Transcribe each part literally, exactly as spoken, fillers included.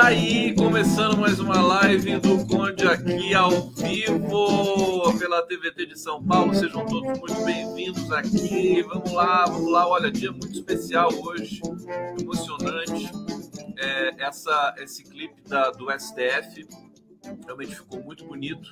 Tá aí, começando mais uma live do Conde aqui ao vivo pela T V T de São Paulo. Sejam todos muito bem-vindos aqui. Vamos lá, vamos lá. Olha, dia muito especial hoje, emocionante. É, essa, esse clipe da, do S T F realmente ficou muito bonito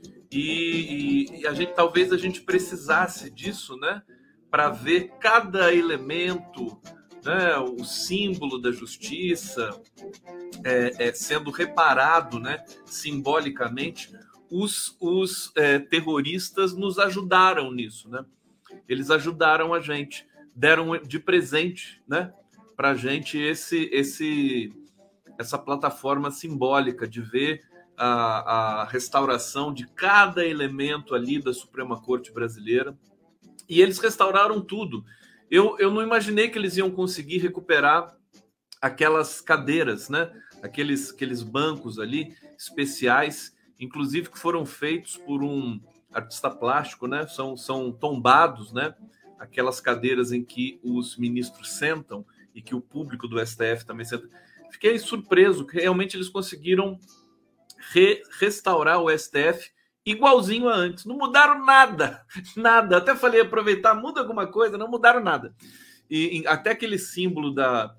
e, e, e a gente, talvez a gente precisasse disso, né? Para ver cada elemento, né, o símbolo da justiça é, é, sendo reparado, né, simbolicamente. Os, os é, terroristas nos ajudaram nisso, né? Eles ajudaram a gente, deram de presente, né, para a gente esse, esse, essa plataforma simbólica de ver a, a restauração de cada elemento ali da Suprema Corte Brasileira. E eles restauraram tudo. Eu, eu não imaginei que eles iam conseguir recuperar aquelas cadeiras, né? Aqueles, aqueles bancos ali especiais, inclusive que foram feitos por um artista plástico, né? São, são tombados, né? Aquelas cadeiras em que os ministros sentam e que o público do S T F também senta. Fiquei surpreso que realmente eles conseguiram re, restaurar o S T F igualzinho a antes. Não mudaram nada, nada. Até falei, aproveitar, muda alguma coisa, não mudaram nada. E, e até aquele símbolo da,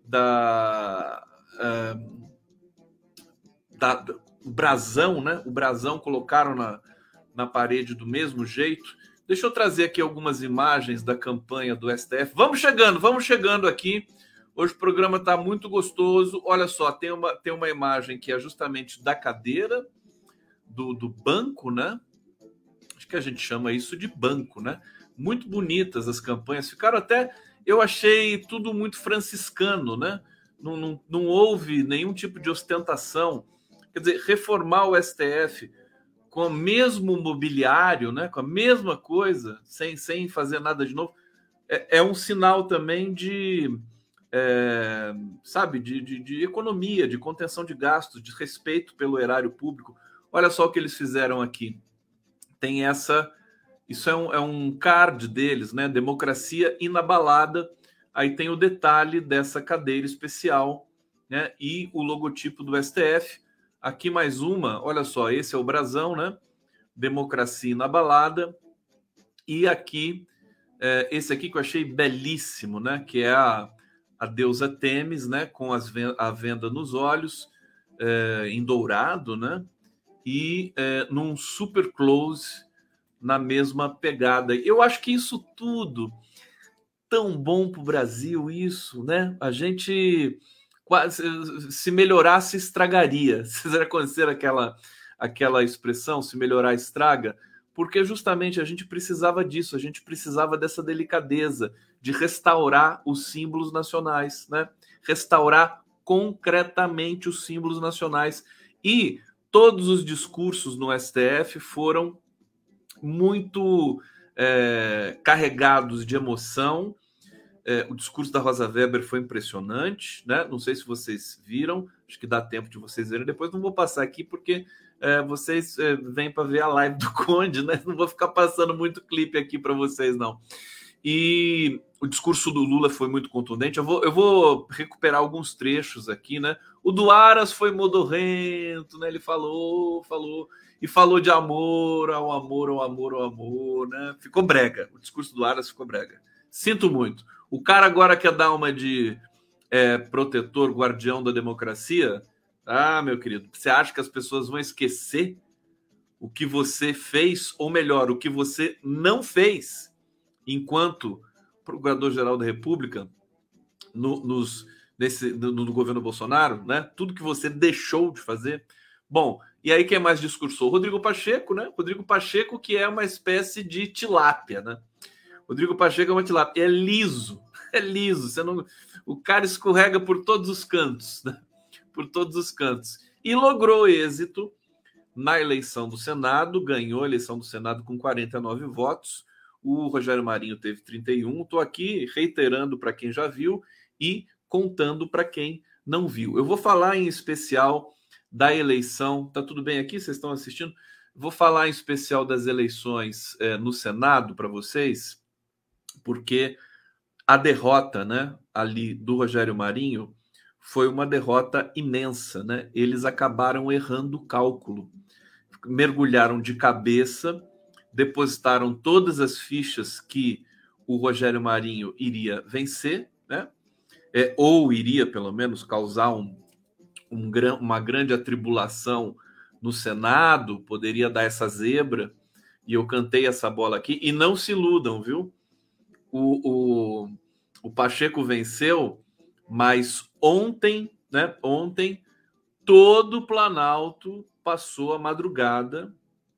da, uh, da, da o brasão, né? O brasão colocaram na, na parede do mesmo jeito. Deixa eu trazer aqui algumas imagens da campanha do S T F. Vamos chegando, vamos chegando aqui. Hoje o programa está muito gostoso. Olha só, tem uma, tem uma imagem que é justamente da cadeira, Do, do banco, né? Acho que a gente chama isso de banco, né? Muito bonitas as campanhas, ficaram até, eu achei tudo muito franciscano, né? Não, não, não houve nenhum tipo de ostentação. Quer dizer, reformar o S T F com o mesmo mobiliário, né? Com a mesma coisa, sem, sem fazer nada de novo, é, é um sinal também de, é, sabe, de, de, de economia, de contenção de gastos, de respeito pelo erário público. Olha só o que eles fizeram aqui. Tem essa... Isso é um, é um card deles, né? Democracia inabalada. Aí tem o detalhe dessa cadeira especial, né? E o logotipo do S T F. Aqui mais uma. Olha só, esse é o brasão, né? Democracia inabalada. E aqui, é, esse aqui que eu achei belíssimo, né? Que é a, a deusa Têmis, né? Com as, a venda nos olhos, é, em dourado, né? E é, num super close na mesma pegada. Eu acho que isso tudo tão bom para o Brasil, isso, né? A gente quase, se melhorasse, estragaria. Vocês já conheceram aquela, aquela expressão, se melhorar, estraga? Porque justamente a gente precisava disso, a gente precisava dessa delicadeza de restaurar os símbolos nacionais, né? Restaurar concretamente os símbolos nacionais. E todos os discursos no S T F foram muito é, carregados de emoção. É, o discurso da Rosa Weber foi impressionante, né? Não sei se vocês viram, acho que dá tempo de vocês verem. Depois não vou passar aqui porque é, vocês é, vêm para ver a live do Conde, né? Não vou ficar passando muito clipe aqui para vocês, não. E o discurso do Lula foi muito contundente. Eu vou, eu vou recuperar alguns trechos aqui, né? O do Aras foi modorrento, né? Ele falou, falou, e falou de amor, ao amor, ao amor, ao amor, né? Ficou brega. O discurso do Aras ficou brega. Sinto muito. O cara agora quer dar uma de é, protetor, guardião da democracia. Ah, meu querido, você acha que as pessoas vão esquecer o que você fez, ou melhor, o que você não fez enquanto Procurador-Geral da República no, nos, nesse, no, no governo Bolsonaro, né? Tudo que você deixou de fazer. Bom, e aí quem mais discursou? Rodrigo Pacheco, né? Rodrigo Pacheco, que é uma espécie de tilápia, né? Rodrigo Pacheco é uma tilápia, é liso, é liso. Você não, o cara escorrega por todos os cantos, né? Por todos os cantos. E logrou êxito na eleição do Senado, ganhou a eleição do Senado com quarenta e nove votos. O Rogério Marinho teve trinta e um. Estou aqui reiterando para quem já viu e contando para quem não viu. Eu vou falar em especial da eleição. Tá tudo bem aqui? Vocês estão assistindo? Vou falar em especial das eleições é, no Senado para vocês, porque a derrota, né, ali do Rogério Marinho foi uma derrota imensa, né? Eles acabaram errando o cálculo, mergulharam de cabeça, depositaram todas as fichas que o Rogério Marinho iria vencer, né? É, ou iria, pelo menos, causar um, um, uma grande atribulação no Senado, poderia dar essa zebra, e eu cantei essa bola aqui. E não se iludam, viu? O, o, o Pacheco venceu, mas ontem, né? Ontem, todo o Planalto passou a madrugada,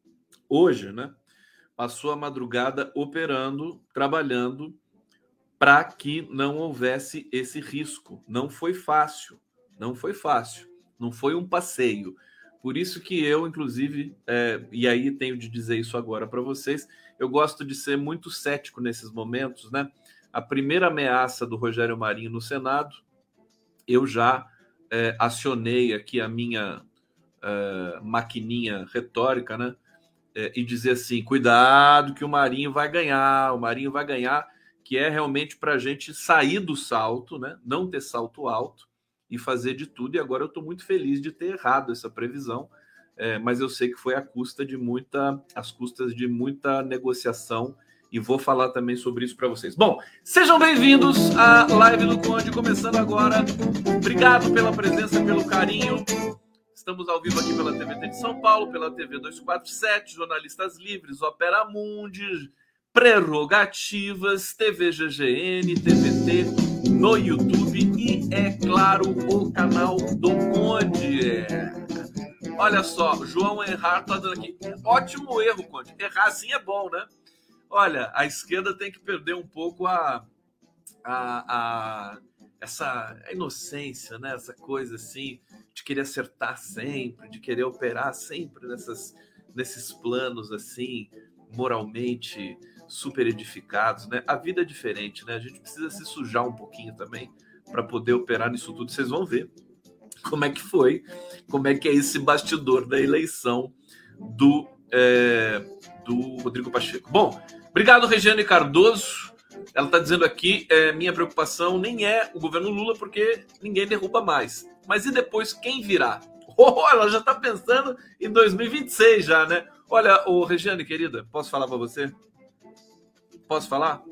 hoje, né? Passou a madrugada operando, trabalhando, para que não houvesse esse risco. Não foi fácil, não foi fácil, não foi um passeio. Por isso que eu, inclusive, é, e aí tenho de dizer isso agora para vocês, eu gosto de ser muito cético nesses momentos, né? A primeira ameaça do Rogério Marinho no Senado, eu já é, acionei aqui a minha é, maquininha retórica, né? É, e dizer assim, cuidado que o Marinho vai ganhar, o Marinho vai ganhar, que é realmente para a gente sair do salto, né? Não ter salto alto e fazer de tudo. E agora eu estou muito feliz de ter errado essa previsão, é, mas eu sei que foi à custa de muita, às custas de muita negociação, e vou falar também sobre isso para vocês. Bom, sejam bem-vindos à live do Conde, começando agora. Obrigado pela presença, pelo carinho. Estamos ao vivo aqui pela T V T de São Paulo, pela T V duzentos e quarenta e sete, Jornalistas Livres, Opera Mundi, Prerrogativas, T V G G N, T V T no YouTube e, é claro, o canal do Conde. É. Olha só, João Errar tá dando aqui. Ótimo erro, Conde. Errar assim é bom, né? Olha, a esquerda tem que perder um pouco a, a, a essa a inocência, né? Essa coisa assim de querer acertar sempre, de querer operar sempre nessas, nesses planos assim, moralmente super edificados, né? A vida é diferente, né? A gente precisa se sujar um pouquinho também para poder operar nisso tudo. Vocês vão ver como é que foi, como é que é esse bastidor da eleição do, é, do Rodrigo Pacheco. Bom, obrigado, Regiane Cardoso. Ela está dizendo aqui, é, minha preocupação nem é o governo Lula, porque ninguém derruba mais. Mas e depois, quem virá? Oh, ela já está pensando em dois mil e vinte e seis já, né? Olha, ô, Regiane, querida, posso falar para você? Posso falar?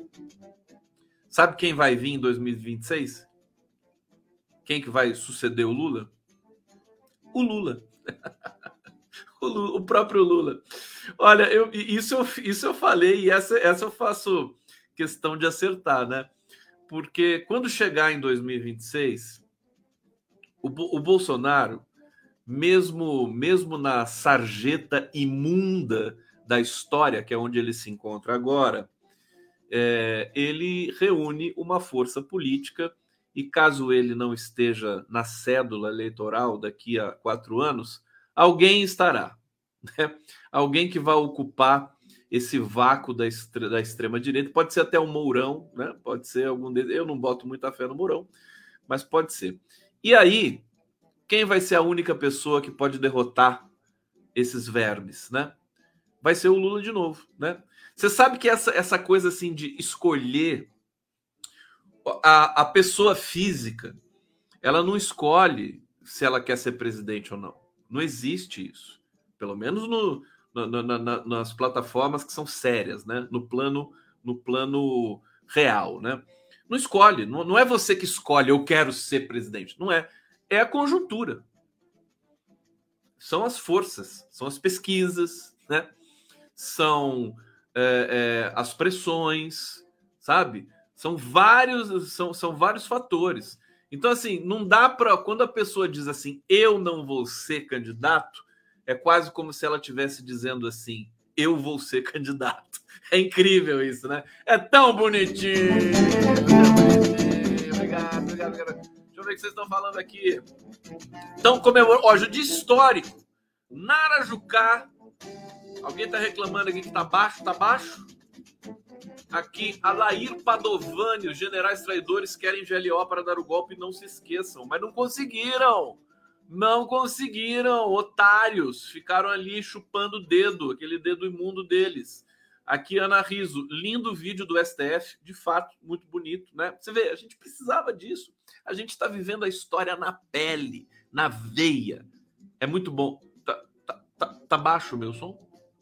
Sabe quem vai vir em dois mil e vinte e seis? Quem que vai suceder o Lula? O Lula. o, Lula o próprio Lula. Olha, eu, isso, eu, isso eu falei e essa, essa eu faço questão de acertar, né? Porque quando chegar em dois mil e vinte e seis, o, o Bolsonaro, mesmo, mesmo na sarjeta imunda da história, que é onde ele se encontra agora, é, ele reúne uma força política e, caso ele não esteja na cédula eleitoral daqui a quatro anos, alguém estará, né? Alguém que vai ocupar esse vácuo da, da extrema-direita. Pode ser até o Mourão, né? Pode ser algum deles. Eu não boto muita fé no Mourão, mas pode ser. E aí, quem vai ser a única pessoa que pode derrotar esses vermes, né? Vai ser o Lula de novo, né? Você sabe que essa, essa coisa assim de escolher a, a pessoa física, ela não escolhe se ela quer ser presidente ou não. Não existe isso. Pelo menos no, no, na, na, nas plataformas que são sérias, né? No plano, no plano real, né? Não escolhe. Não, não é você que escolhe, eu quero ser presidente. Não é. É a conjuntura. São as forças, são as pesquisas, né? São é, é, as pressões, sabe? São vários, são, são vários fatores. Então, assim, não dá para... Quando a pessoa diz assim, eu não vou ser candidato, é quase como se ela estivesse dizendo assim, eu vou ser candidato. É incrível isso, né? É tão bonitinho. É bonitinho. Obrigado, obrigado, obrigado. Deixa eu ver o que vocês estão falando aqui. Então, comemorando... Ó, dia histórico. Narajucá. Alguém está reclamando aqui que está baixo? Está baixo? Aqui, Alair Padovani, os generais traidores querem G L O para dar o golpe, não se esqueçam. Mas não conseguiram. Não conseguiram, otários. Ficaram ali chupando o dedo, aquele dedo imundo deles. Aqui, Ana Riso, lindo vídeo do S T F, de fato, muito bonito, né? Você vê, a gente precisava disso. A gente está vivendo a história na pele, na veia. É muito bom. Tá, tá, tá, tá baixo o meu som?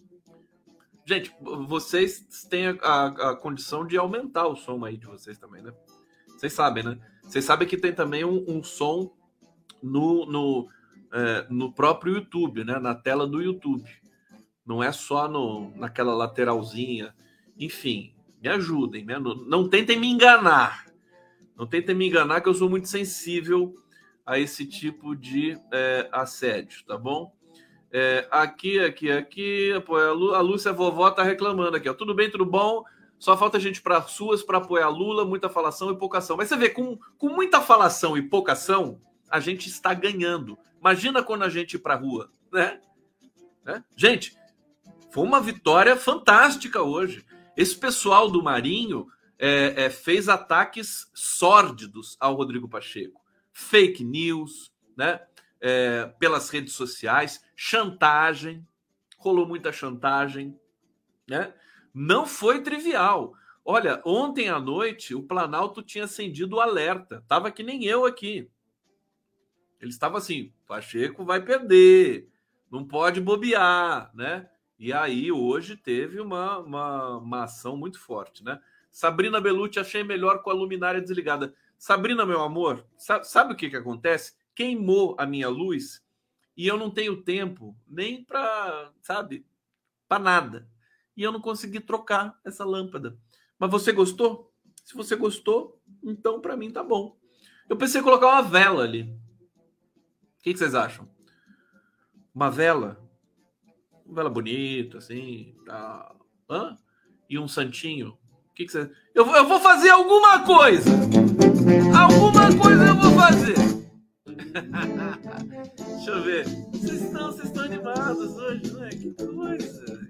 Gente, vocês têm a, a, a condição de aumentar o som aí de vocês também, né? Vocês sabem, né? Vocês sabem que tem também um, um som no, no, é, no próprio YouTube, né? Na tela do YouTube. Não é só no, naquela lateralzinha. Enfim, me ajudem, né? Não, não tentem me enganar. Não tentem me enganar que eu sou muito sensível a esse tipo de é, assédio, tá bom? É, aqui, aqui, aqui, apoia a, Lu, a Lúcia Vovó tá reclamando aqui, ó. Tudo bem, tudo bom? Só falta gente para suas para apoiar Lula, muita falação e pouca ação. Mas você vê, com, com muita falação e pouca ação, a gente está ganhando. Imagina quando a gente ir para a rua, né? né? Gente, foi uma vitória fantástica hoje. Esse pessoal do Marinho é, é, fez ataques sórdidos ao Rodrigo Pacheco. Fake news, né? É, pelas redes sociais, chantagem, rolou muita chantagem, né? Não foi trivial. Olha, ontem à noite o Planalto tinha acendido o alerta. Tava que nem eu aqui. Ele estava assim, Pacheco vai perder, não pode bobear, né? E aí hoje teve uma, uma, uma ação muito forte, né? Sabrina Belucci, achei melhor com a luminária desligada. Sabrina, meu amor, sabe, sabe o que que acontece? Queimou a minha luz e eu não tenho tempo nem para, sabe, para nada. E eu não consegui trocar essa lâmpada. Mas você gostou? Se você gostou, então para mim tá bom. Eu pensei em colocar uma vela ali. O que, que vocês acham? Uma vela? Uma vela bonita, assim, tá? Hã? E um santinho? O que, que vocês... Eu, eu vou fazer alguma coisa! Alguma coisa eu vou fazer! Deixa eu ver. Vocês estão, vocês estão animados hoje, né? Que coisa!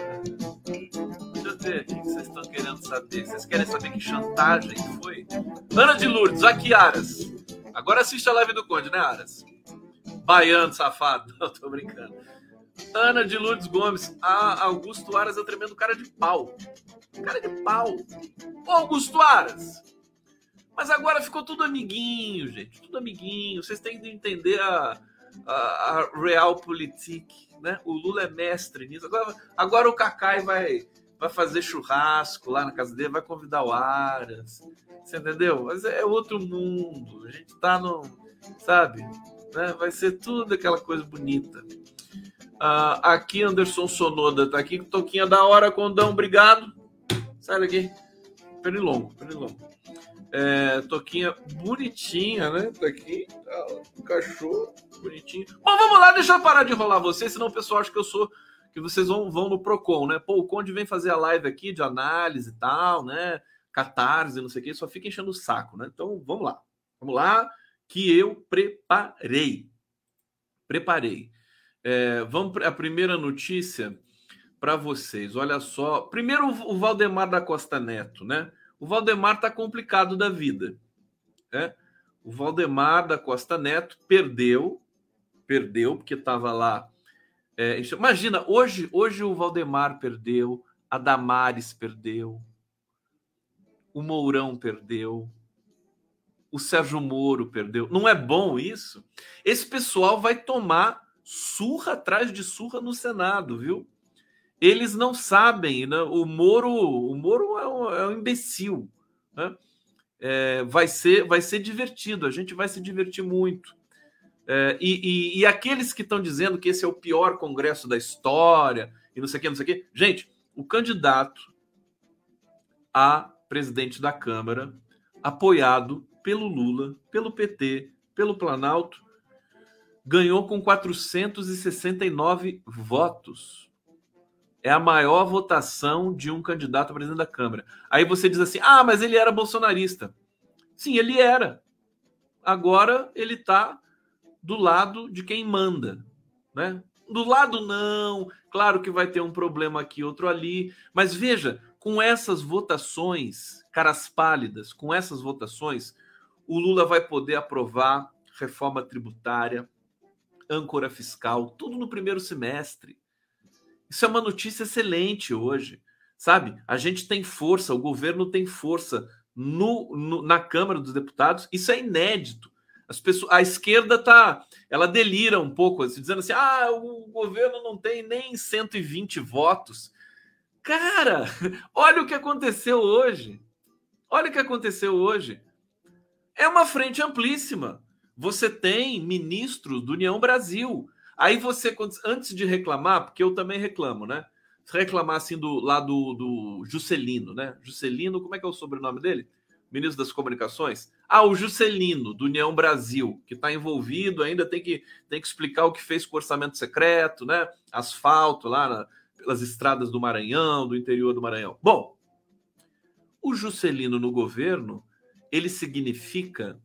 Deixa eu ver o que vocês estão querendo saber. Vocês querem saber que chantagem foi? Ana de Lourdes, aqui, Aras. Agora assiste a live do Conde, né, Aras? Baiano, safado. Não, tô brincando. Ana de Lourdes Gomes. Ah, Augusto Aras é um tremendo cara de pau. Cara de pau. Ô, Augusto Aras. Mas agora ficou tudo amiguinho, gente. Tudo amiguinho. Vocês têm que entender a, a, a realpolitik, né? O Lula é mestre nisso. Agora, agora o Cacai vai, vai fazer churrasco lá na casa dele, vai convidar o Aras. Você entendeu? Mas é outro mundo. A gente tá no... Sabe? Né? Vai ser tudo aquela coisa bonita. Uh, aqui Anderson Sonoda tá aqui. Toquinha da hora, Condão. Obrigado. Sai daqui. Pernilongo, pernilongo. É, toquinha bonitinha, né? Tá aqui, tá, um cachorro bonitinho. Bom, vamos lá, deixa eu parar de enrolar vocês, senão o pessoal acha que eu sou, que vocês vão, vão no Procon, né? Pô, o Conde vem fazer a live aqui de análise e tal, né? Catarse, não sei o que, só fica enchendo o saco, né? Então, vamos lá. Vamos lá, que eu preparei. Preparei. É, vamos para a primeira notícia para vocês. Olha só. Primeiro, o Valdemar da Costa Neto, né? O Valdemar tá complicado da vida, né? O Valdemar da Costa Neto perdeu, perdeu porque estava lá. É, imagina, hoje, hoje o Valdemar perdeu, a Damares perdeu, o Mourão perdeu, o Sérgio Moro perdeu. Não é bom isso? Esse pessoal vai tomar surra atrás de surra no Senado, viu? Eles não sabem, né? O Moro, o Moro é um, é um imbecil, né? É, vai ser, vai ser divertido. A gente vai se divertir muito. É, e, e, e aqueles que estão dizendo que esse é o pior congresso da história e não sei o que, não sei o que, gente, o candidato a presidente da Câmara, apoiado pelo Lula, pelo P T, pelo Planalto, ganhou com quatrocentos e sessenta e nove votos. É a maior votação de um candidato a presidente da Câmara. Aí você diz assim, ah, mas ele era bolsonarista. Sim, ele era. Agora ele está do lado de quem manda, né? Do lado não, claro que vai ter um problema aqui, outro ali, mas veja, com essas votações, caras pálidas, com essas votações, o Lula vai poder aprovar reforma tributária, âncora fiscal, tudo no primeiro semestre. Isso é uma notícia excelente hoje. sabe? A gente tem força, o governo tem força no, no, na Câmara dos Deputados, isso é inédito. As pessoas, a esquerda tá, ela delira um pouco, assim, dizendo assim: ah, o governo não tem nem cento e vinte votos. Cara, olha o que aconteceu hoje. Olha o que aconteceu hoje. É uma frente amplíssima. Você tem ministros do União Brasil. Aí você, antes de reclamar, porque eu também reclamo, né? Reclamar assim do lá do, do Juscelino, né? Juscelino, como é que é o sobrenome dele? Ministro das Comunicações. Ah, o Juscelino, do União Brasil, que está envolvido, ainda tem que, tem que explicar o que fez com o orçamento secreto, né? Asfalto lá na, pelas estradas do Maranhão, do interior do Maranhão. Bom, o Juscelino no governo, ele significa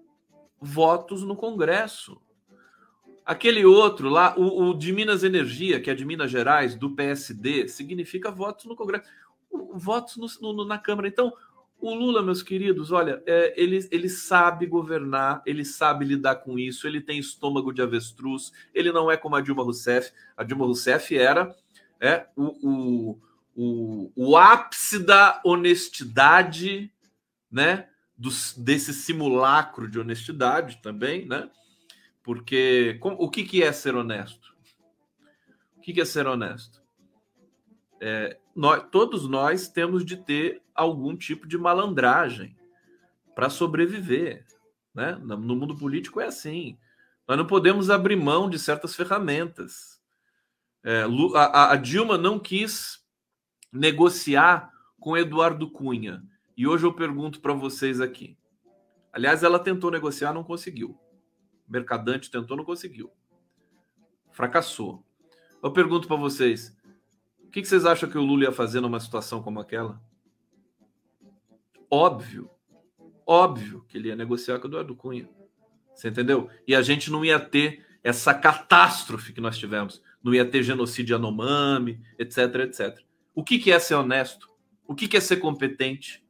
votos no Congresso. Aquele outro lá, o, o de Minas Energia, que é de Minas Gerais, do P S D, significa votos no Congresso, o, votos no, no, na Câmara. Então, o Lula, meus queridos, olha, é, ele, ele sabe governar, ele sabe lidar com isso, ele tem estômago de avestruz, ele não é como a Dilma Rousseff. A Dilma Rousseff era é, o, o, o, o ápice da honestidade, né? Do, desse simulacro de honestidade também, né? Porque com, o que, que é ser honesto? O que, que é ser honesto? É, nós, todos nós temos de ter algum tipo de malandragem para sobreviver, né? No mundo político é assim. Nós não podemos abrir mão de certas ferramentas. É, a, a Dilma não quis negociar com Eduardo Cunha. E hoje eu pergunto para vocês aqui. Aliás, ela tentou negociar, não conseguiu. Mercadante tentou, não conseguiu. Fracassou. Eu pergunto para vocês, o que vocês acham que o Lula ia fazer numa situação como aquela? Óbvio, óbvio que ele ia negociar com o Eduardo Cunha. Você entendeu? E a gente não ia ter essa catástrofe que nós tivemos. Não ia ter genocídio Yanomami, etc, etcétera. O que é ser honesto? O que é ser competente?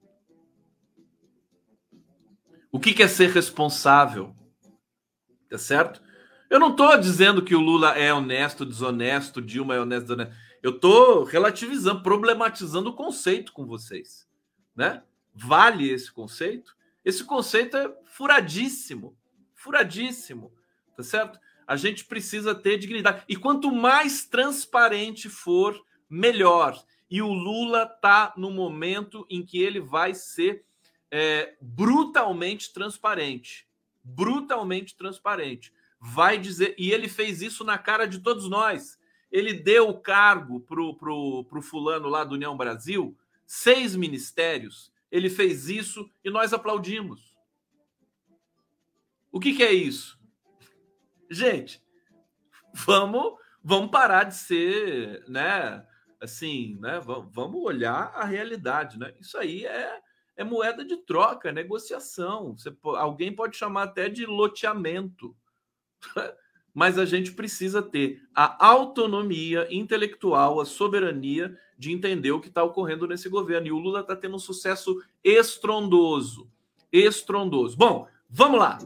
O que é ser responsável? Tá certo? Eu não estou dizendo que o Lula é honesto, desonesto, Dilma é honesto, desonesto. Eu estou relativizando, problematizando o conceito com vocês, né? Vale esse conceito? Esse conceito é furadíssimo, furadíssimo, tá certo? A gente precisa ter dignidade. E quanto mais transparente for, melhor. E o Lula está no momento em que ele vai ser é, brutalmente transparente. Brutalmente transparente. Vai dizer, e ele fez isso na cara de todos nós. Ele deu o cargo pro, pro, pro fulano lá do União Brasil, seis ministérios. Ele fez isso e nós aplaudimos. O que, que é isso? Gente, vamos, vamos parar de ser, né? Assim, né? Vamos olhar a realidade, né? Isso aí é, é moeda de troca, é negociação. Você, alguém pode chamar até de loteamento. Mas a gente precisa ter a autonomia intelectual, a soberania de entender o que está ocorrendo nesse governo. E o Lula está tendo um sucesso estrondoso. Estrondoso. Bom, vamos lá.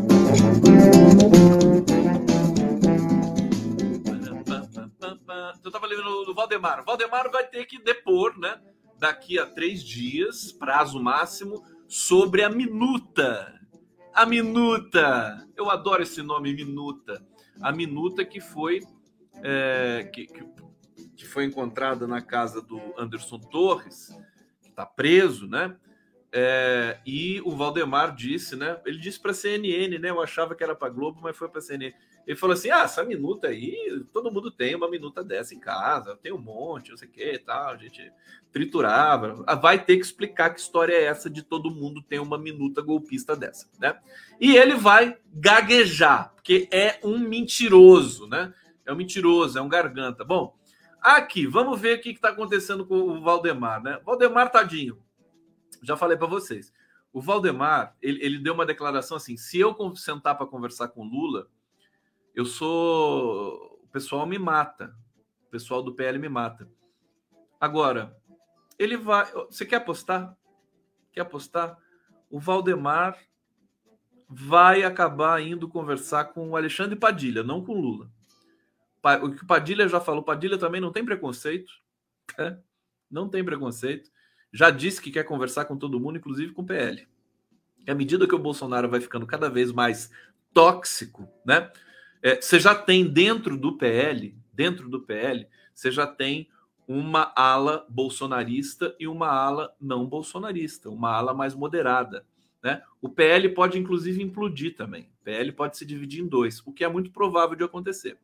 Eu estava lendo do Valdemar. O Valdemar vai ter que depor, né? Daqui a três dias, prazo máximo, sobre a minuta. A minuta. Eu adoro esse nome, minuta. A minuta que foi é, que, que, que foi encontrada na casa do Anderson Torres, que está preso, né? É, e o Valdemar disse, né? Ele disse para a C N N, né? Eu achava que era para Globo, mas foi para a C N N. Ele falou assim: ah, essa minuta aí, todo mundo tem uma minuta dessa em casa, tem um monte, não sei o que, tal, a gente triturava. Vai ter que explicar que história é essa de todo mundo ter uma minuta golpista dessa, né? E ele vai gaguejar, porque é um mentiroso, né? É um mentiroso, é um garganta. Bom, aqui, vamos ver o que está acontecendo com o Valdemar, né? Valdemar, tadinho. Já falei para vocês. O Valdemar, ele, ele deu uma declaração assim: se eu sentar para conversar com o Lula, eu sou... O pessoal me mata. O pessoal do P L me mata. Agora, ele vai... Você quer apostar? Quer apostar? O Valdemar vai acabar indo conversar com o Alexandre Padilha, não com o Lula. O que o Padilha já falou, Padilha também não tem preconceito, né? não tem preconceito. Já disse que quer conversar com todo mundo, inclusive com o P L. E à medida que o Bolsonaro vai ficando cada vez mais tóxico, né? É, você já tem dentro do P L, dentro do P L, você já tem uma ala bolsonarista e uma ala não bolsonarista, uma ala mais moderada, né? O P L pode, inclusive, implodir também. O P L pode se dividir em dois, o que é muito provável de acontecer,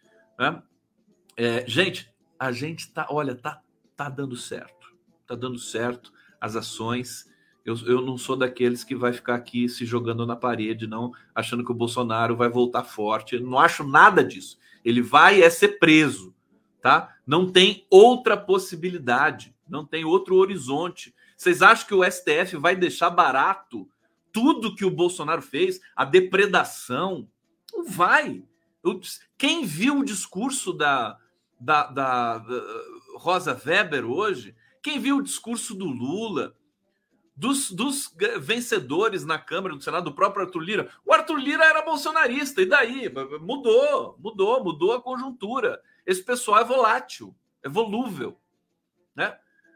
né? É, gente, a gente tá, olha, tá, tá dando certo. Tá dando certo as ações. Eu, eu não sou daqueles que vai ficar aqui se jogando na parede, não, achando que o Bolsonaro vai voltar forte. Eu não acho nada disso. Ele vai é ser preso, tá? Não tem outra possibilidade, não tem outro horizonte. Vocês acham que o S T F vai deixar barato tudo que o Bolsonaro fez? A depredação? Não vai. Eu, quem viu o discurso da, da, da, da Rosa Weber hoje? Quem viu o discurso do Lula? Dos, dos vencedores na Câmara, do Senado, do próprio Arthur Lira. O Arthur Lira era bolsonarista, e daí? Mudou, mudou, mudou a conjuntura. Esse pessoal é volátil, é volúvel, né?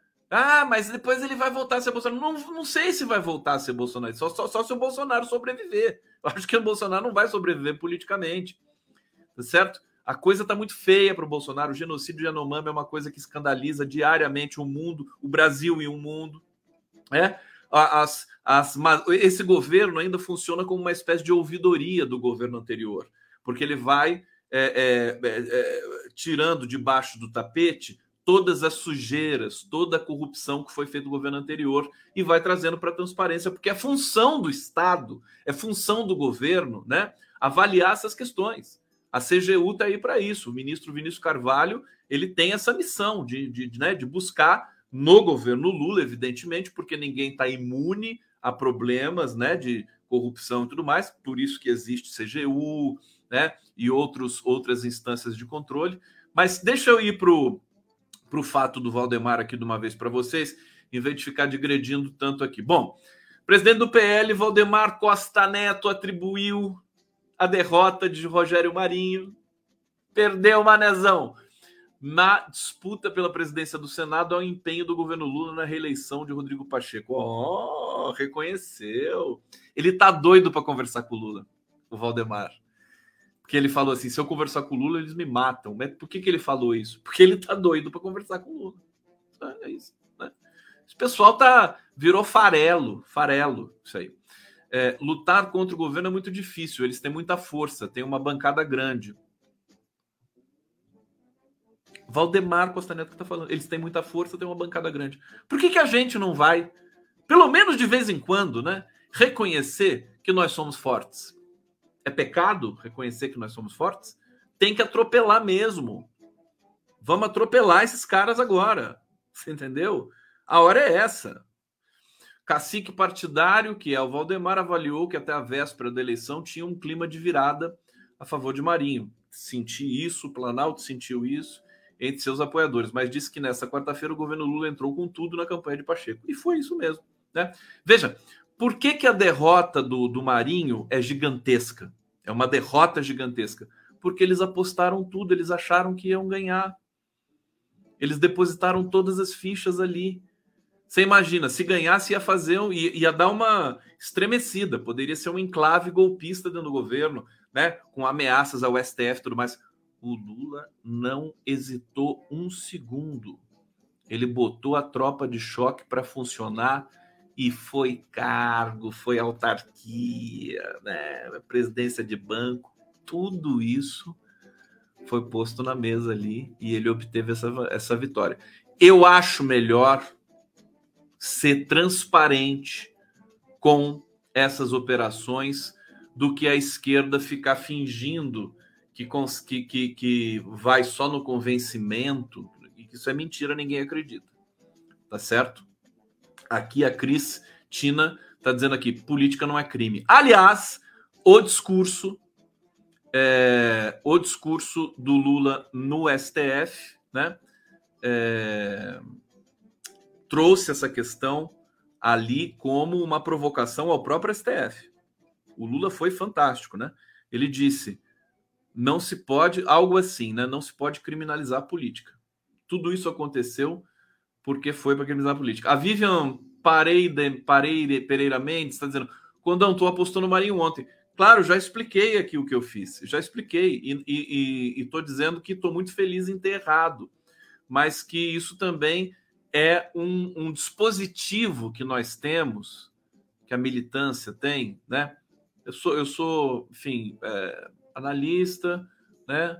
Ah, mas depois ele vai voltar a ser Bolsonaro. Não, não sei se vai voltar a ser Bolsonaro, só, só, só se o Bolsonaro sobreviver. Eu acho que o Bolsonaro não vai sobreviver politicamente, tá certo? A coisa tá muito feia para o Bolsonaro. O genocídio de Yanomami é uma coisa que escandaliza diariamente o mundo, o Brasil e o mundo, né? As, as, esse governo ainda funciona como uma espécie de ouvidoria do governo anterior, porque ele vai é, é, é, tirando debaixo do tapete todas as sujeiras, toda a corrupção que foi feita no governo anterior e vai trazendo para a transparência, porque é função do Estado, é função do governo, né, avaliar essas questões. A C G U está aí para isso. O ministro Vinícius Carvalho, ele tem essa missão de, de, né, de buscar no governo Lula, evidentemente, porque ninguém está imune a problemas, né, de corrupção e tudo mais, por isso que existe C G U, né, e outros, outras instâncias de controle. Mas deixa eu ir para o fato do Valdemar aqui de uma vez para vocês, em vez de ficar digredindo tanto aqui. Bom, presidente do P L, Valdemar Costa Neto, atribuiu a derrota de Rogério Marinho. Perdeu, manezão, na disputa pela presidência do Senado ao empenho do governo Lula na reeleição de Rodrigo Pacheco. Oh, reconheceu. Ele tá doido para conversar com o Lula, o Valdemar. Porque ele falou assim, se eu conversar com o Lula, eles me matam. Mas por que, que ele falou isso? Porque ele tá doido para conversar com o Lula. É isso, né? Esse pessoal tá, virou farelo, farelo, isso aí. É, lutar contra o governo é muito difícil, eles têm muita força, tem uma bancada grande. Valdemar Costa Neto que tá falando. Eles têm muita força, tem uma bancada grande. Por que, que a gente não vai, pelo menos de vez em quando, né, reconhecer que nós somos fortes? É pecado reconhecer que nós somos fortes? Tem que atropelar mesmo. Vamos atropelar esses caras agora. Você entendeu? A hora é essa. Cacique partidário, que é o Valdemar, avaliou que até a véspera da eleição tinha um clima de virada a favor de Marinho. Senti isso, o Planalto sentiu isso entre seus apoiadores, mas disse que nessa quarta-feira o governo Lula entrou com tudo na campanha de Pacheco. E foi isso mesmo, né? Veja, por que, que a derrota do, do Marinho é gigantesca? É uma derrota gigantesca. Porque eles apostaram tudo, eles acharam que iam ganhar. Eles depositaram todas as fichas ali. Você imagina, se ganhasse ia fazer, ia, ia dar uma estremecida, poderia ser um enclave golpista dentro do governo, né? Com ameaças ao S T F e tudo mais. O Lula não hesitou um segundo. Ele botou a tropa de choque para funcionar e foi cargo, foi autarquia, né? Presidência de banco, tudo isso foi posto na mesa ali e ele obteve essa, essa vitória. Eu acho melhor ser transparente com essas operações do que a esquerda ficar fingindo que, que, que vai só no convencimento, e que isso é mentira, ninguém acredita. Tá certo? Aqui a Cris Tina tá dizendo aqui, política não é crime. Aliás, o discurso é, o discurso do Lula no S T F, né, é, trouxe essa questão ali como uma provocação ao próprio S T F. O Lula foi fantástico, né? Ele disse, não se pode, algo assim, né? Não se pode criminalizar a política. Tudo isso aconteceu porque foi para criminalizar a política. A Vivian Pareira, Pareira, Pereira Mendes está dizendo, Condão, estou apostando no Marinho ontem. Claro, já expliquei aqui o que eu fiz, já expliquei, e estou dizendo que estou muito feliz em ter errado, mas que isso também é um, um dispositivo que nós temos, que a militância tem, né? Eu sou, eu sou enfim, é, analista, né?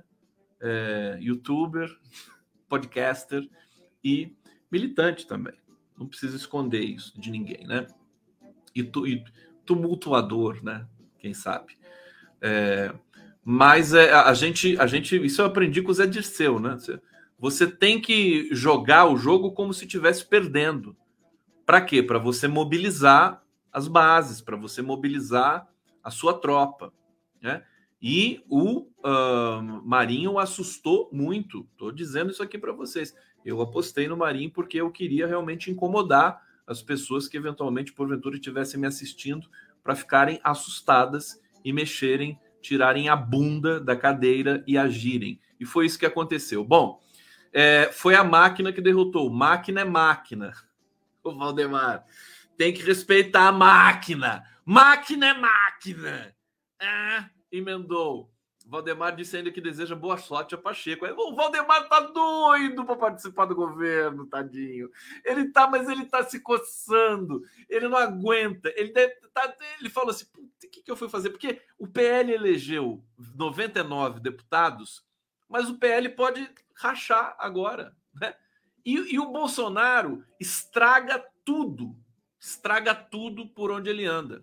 É, youtuber, podcaster e militante também. Não preciso esconder isso de ninguém, né? E, tu, e tumultuador, né? Quem sabe? É, mas é, a gente, a gente, isso eu aprendi com o Zé Dirceu, né? Você tem que jogar o jogo como se estivesse perdendo. Para quê? Para você mobilizar as bases, para você mobilizar a sua tropa, né? E o uh, Marinho assustou muito. Estou dizendo isso aqui para vocês. Eu apostei no Marinho porque eu queria realmente incomodar as pessoas que eventualmente, porventura, estivessem me assistindo para ficarem assustadas e mexerem, tirarem a bunda da cadeira e agirem. E foi isso que aconteceu. Bom, é, foi a máquina que derrotou. Máquina é máquina. O Valdemar tem que respeitar a máquina. Máquina é máquina. Ah, emendou. O Valdemar disse ainda que deseja boa sorte a Pacheco. O Valdemar tá doido para participar do governo, tadinho. Ele tá, mas ele tá se coçando. Ele não aguenta. Ele, deve, tá, ele falou assim, o que, que eu fui fazer? Porque o P L elegeu noventa e nove deputados, mas o P L pode rachar agora, né? E, e o Bolsonaro estraga tudo. Estraga tudo por onde ele anda.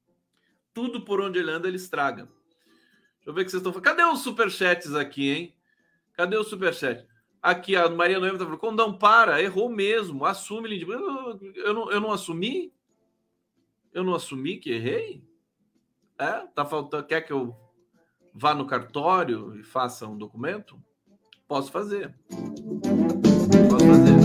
Tudo por onde ele anda, ele estraga. Deixa eu ver o que vocês estão falando. Cadê os superchats aqui, hein? Cadê o superchat? Aqui, a Maria Noemi está falando, Condão, para, errou mesmo, assume, Lindbergh. Eu, eu, não, eu não assumi? Eu não assumi que errei? É? Tá faltando, quer que eu vá no cartório e faça um documento? Posso fazer. Posso fazer.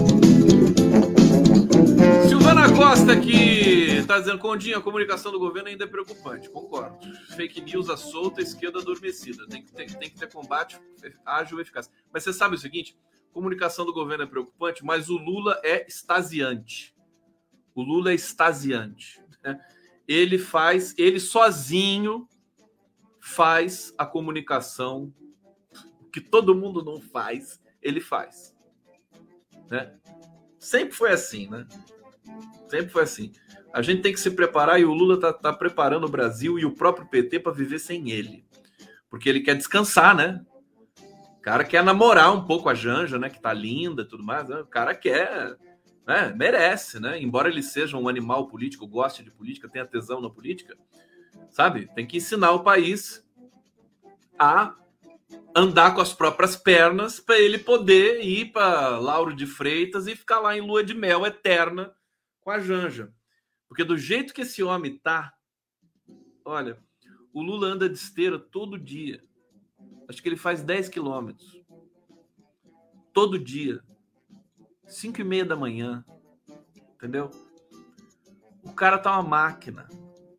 Silvana Costa aqui está dizendo, Condinho, a comunicação do governo ainda é preocupante. Concordo. Fake news à solta, esquerda adormecida. Tem que ter, tem que ter combate ágil e eficaz. Mas você sabe o seguinte, comunicação do governo é preocupante, mas o Lula é extasiante. O Lula é extasiante. Né? Ele faz, ele sozinho faz a comunicação que todo mundo não faz, ele faz. Né? Sempre foi assim, né? Sempre foi assim. A gente tem que se preparar e o Lula tá, tá preparando o Brasil e o próprio P T para viver sem ele. Porque ele quer descansar, né? O cara quer namorar um pouco a Janja, né? Que tá linda e tudo mais. Né? O cara quer, né? Merece, né? Embora ele seja um animal político, goste de política, tenha tesão na política, sabe? Tem que ensinar o país a andar com as próprias pernas para ele poder ir para Lauro de Freitas e ficar lá em lua de mel eterna com a Janja. Porque do jeito que esse homem tá, olha, o Lula anda de esteira todo dia. Acho que ele faz dez quilômetros. Todo dia. cinco e meia da manhã. Entendeu? O cara tá uma máquina.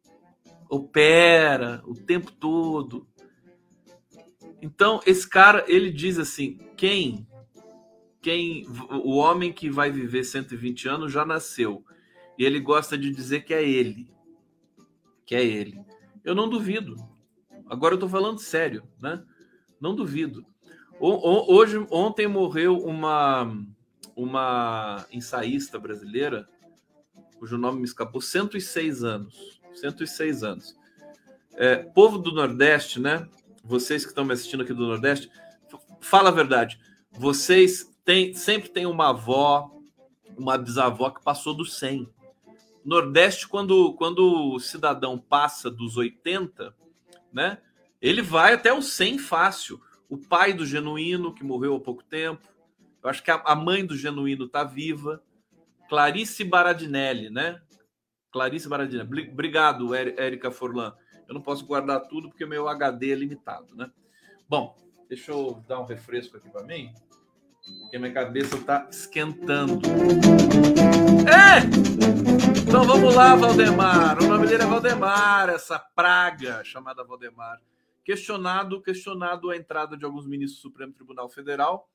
Opera o tempo todo. Então, esse cara, ele diz assim, quem, quem, o homem que vai viver cento e vinte anos já nasceu. E ele gosta de dizer que é ele. Que é ele. Eu não duvido. Agora eu tô falando sério, né? Não duvido. O, o, hoje, ontem morreu uma, uma ensaísta brasileira, cujo nome me escapou, cento e seis anos. cento e seis anos. É, povo do Nordeste, né? Vocês que estão me assistindo aqui do Nordeste, fala a verdade. Vocês têm, sempre tem uma avó, uma bisavó que passou dos cem. Nordeste, quando, quando o cidadão passa dos oitenta, né, ele vai até os cem fácil. O pai do Genuíno, que morreu há pouco tempo, eu acho que a, a mãe do Genuíno está viva. Clarice Baradinelli, né? Clarice Baradinelli. Obrigado, Érica Forlan. Eu não posso guardar tudo porque meu H D é limitado, né? Bom, deixa eu dar um refresco aqui para mim, porque minha cabeça está esquentando. É! Então vamos lá, Valdemar. O nome dele é Valdemar, essa praga chamada Valdemar. Questionado, questionado a entrada de alguns ministros do Supremo Tribunal Federal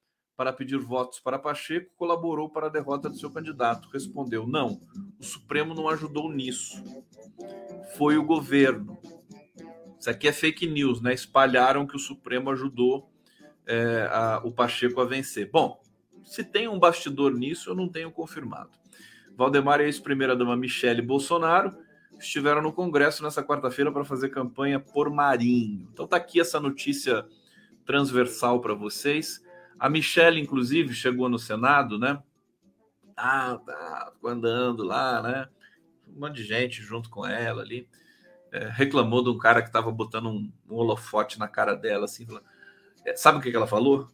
para pedir votos para Pacheco, colaborou para a derrota do seu candidato. Respondeu: não, o Supremo não ajudou nisso. Foi o governo. Isso aqui é fake news, né? Espalharam que o Supremo ajudou é, a, o Pacheco a vencer. Bom, se tem um bastidor nisso, eu não tenho confirmado. Valdemar e a ex-primeira-dama Michele Bolsonaro estiveram no Congresso nessa quarta-feira para fazer campanha por Marinho. Então tá aqui essa notícia transversal para vocês. A Michele, inclusive, chegou no Senado, né? Ah, tá andando lá, né? Um monte de gente junto com ela ali. É, reclamou de um cara que estava botando um, um holofote na cara dela, assim. Falando... É, sabe o que, que ela falou?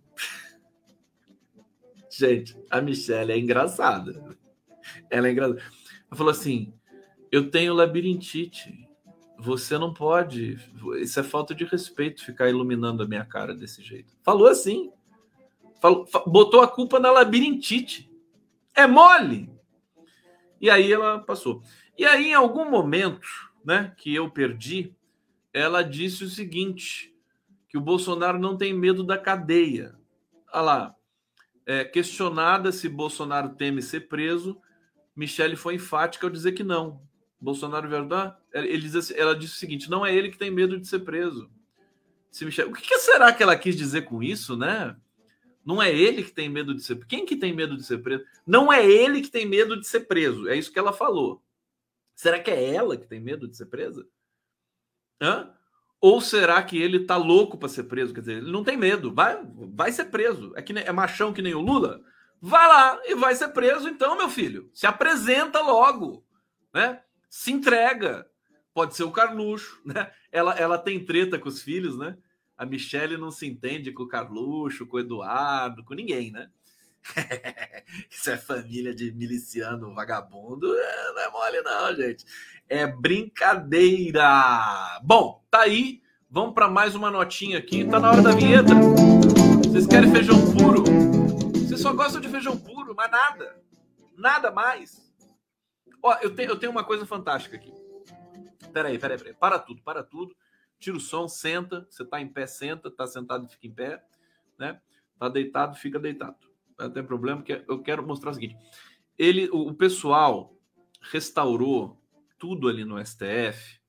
Gente, a Michele é engraçada. Ela é engraçada. Ela falou assim: eu tenho labirintite. Você não pode. Isso é falta de respeito, ficar iluminando a minha cara desse jeito. Falou assim. Falou, botou a culpa na labirintite. É mole. E aí ela passou. E aí, em algum momento, né, que eu perdi, ela disse o seguinte: que o Bolsonaro não tem medo da cadeia. Olha lá. É, questionada se Bolsonaro teme ser preso, Michele foi enfática ao dizer que não. Bolsonaro, verdade? Ele diz assim, ela disse o seguinte: não é ele que tem medo de ser preso. Se Michele, o que será que ela quis dizer com isso, né? Não é ele que tem medo de ser preso. Quem que tem medo de ser preso? Não é ele que tem medo de ser preso. É isso que ela falou. Será que é ela que tem medo de ser presa? Hã? Ou será que ele tá louco para ser preso? Quer dizer, ele não tem medo. Vai, vai ser preso. É, que nem, é machão que nem o Lula? Vai lá e vai ser preso então, meu filho. Se apresenta logo, né? Se entrega. Pode ser o Carluxo, né? Ela, ela tem treta com os filhos, né? A Michele não se entende com o Carluxo, com o Eduardo, com ninguém, né? Isso é família de miliciano vagabundo, é, não é mole não, gente. É brincadeira. Bom, tá aí. Vamos para mais uma notinha aqui. Tá na hora da vinheta. Vocês querem feijão puro? Vocês só gostam de feijão puro, mas nada. Nada mais. Ó, eu tenho, eu tenho uma coisa fantástica aqui. Peraí, peraí, peraí. Para tudo, para tudo. Tira o som, senta. Você tá em pé, senta. Tá sentado, fica em pé. Né? Tá deitado, fica deitado. Não tem problema, que eu quero mostrar o seguinte. Ele, o, o pessoal restaurou tudo ali no S T F,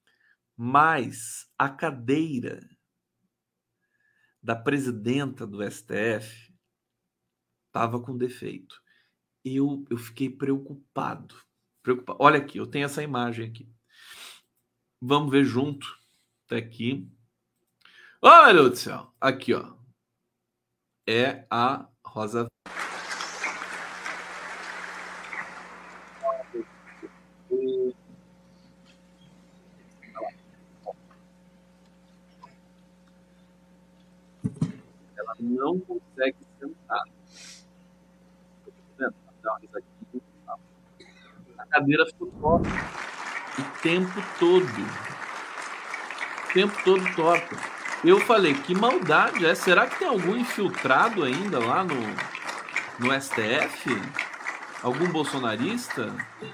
mas a cadeira da presidenta do S T F estava com defeito. Eu, eu fiquei preocupado, preocupado. Olha aqui, eu tenho essa imagem aqui. Vamos ver junto. Tá aqui. Oh, meu Deus do céu. Aqui, ó. É a Rosa. Ela não consegue sentar. A cadeira ficou torta o tempo todo. O tempo todo torta. Eu falei, que maldade é? Será que tem algum infiltrado ainda lá no, no S T F? Algum bolsonarista?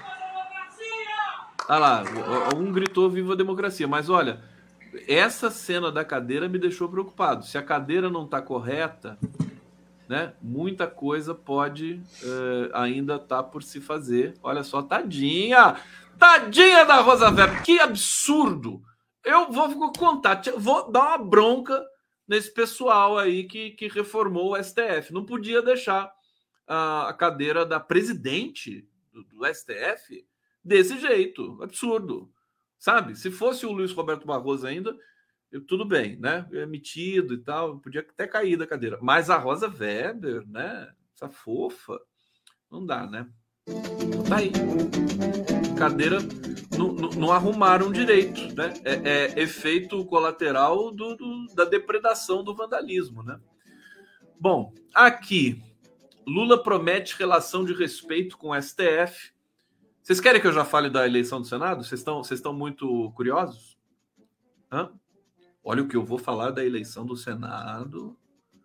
Ah lá, um gritou viva a democracia. Mas olha, essa cena da cadeira me deixou preocupado. Se a cadeira não está correta, né, muita coisa pode uh, ainda estar tá por se fazer. Olha só, tadinha! Tadinha da Rosa Weber! Que absurdo! Eu vou contar, vou dar uma bronca nesse pessoal aí que, que reformou o S T F. Não podia deixar a, a cadeira da presidente do, do S T F desse jeito. Absurdo. Sabe? Se fosse o Luiz Roberto Barroso ainda, eu, tudo bem, né? Emitido e tal, podia até cair da cadeira. Mas a Rosa Weber, né? Essa fofa, não dá, né? Tá aí. Cadeira não, não, não arrumaram direito, né? É, é efeito colateral do, do, da depredação do vandalismo, né? Bom, aqui, Lula promete relação de respeito com o S T F. Vocês querem que eu já fale da eleição do Senado? Vocês estão, vocês estão muito curiosos? Hã? Olha o que eu vou falar da eleição do Senado.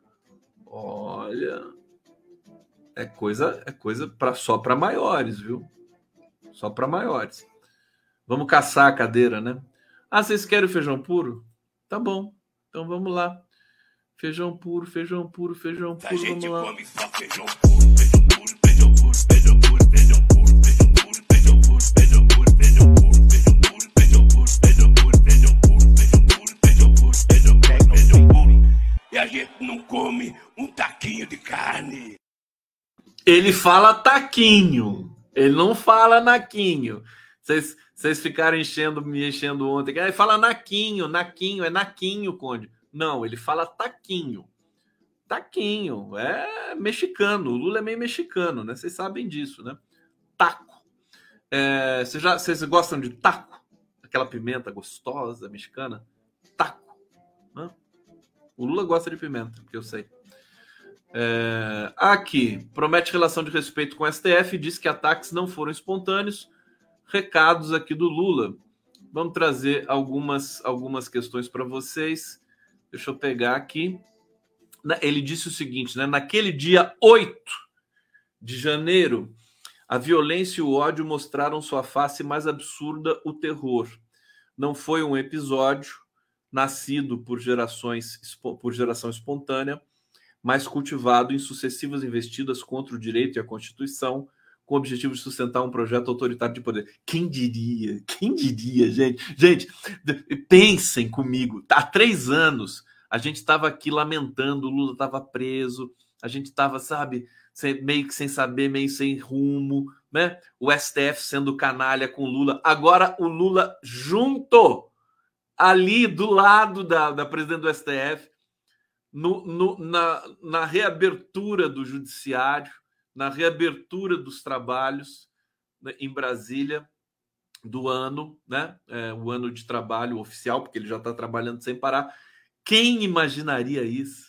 Olha, é coisa, é coisa pra, só para maiores, viu? Só para maiores. Vamos caçar a cadeira, né? Ah, vocês querem feijão puro? Tá bom, então vamos lá. Feijão puro, feijão puro, feijão puro. A gente vamos lá. come só feijão puro, feijão puro, feijão puro, feijão puro, feijão puro, feijão puro, feijão puro, feijão puro, feijão puro, feijão puro, feijão puro, feijão puro, feijão puro, feijão puro, feijão puro, feijão puro, feijão puro. E a gente não come um taquinho de carne. Ele fala taquinho, ele não fala naquinho. Vocês, vocês ficaram enchendo, me enchendo ontem. Ele fala naquinho, naquinho, é naquinho, Conde. Não, ele fala taquinho. Taquinho, é mexicano. O Lula é meio mexicano, né? Vocês sabem disso, né? Taco. É, vocês, já, vocês gostam de taco? Aquela pimenta gostosa, mexicana? Taco. Né? O Lula gosta de pimenta, porque eu sei. É, aqui, promete relação de respeito com o S T F, diz que ataques não foram espontâneos. Recados aqui do Lula. Vamos trazer algumas, algumas questões para vocês. Deixa eu pegar aqui. Ele disse o seguinte, né? Naquele dia oito de janeiro, a violência e o ódio mostraram sua face mais absurda, o terror. Não foi um episódio nascido por gerações, por geração espontânea, mas cultivado em sucessivas investidas contra o direito e a Constituição, com o objetivo de sustentar um projeto autoritário de poder. Quem diria? Quem diria, gente? Gente, pensem comigo. Há três anos, a gente estava aqui lamentando, o Lula estava preso, a gente estava, sabe, meio que sem saber, meio sem rumo, né? O S T F sendo canalha com o Lula. Agora o Lula junto, ali do lado da, da presidente do S T F, no, no, na, na reabertura do judiciário, na reabertura dos trabalhos, né, em Brasília, do ano, né? É, o ano de trabalho oficial, porque ele já está trabalhando sem parar. Quem imaginaria isso?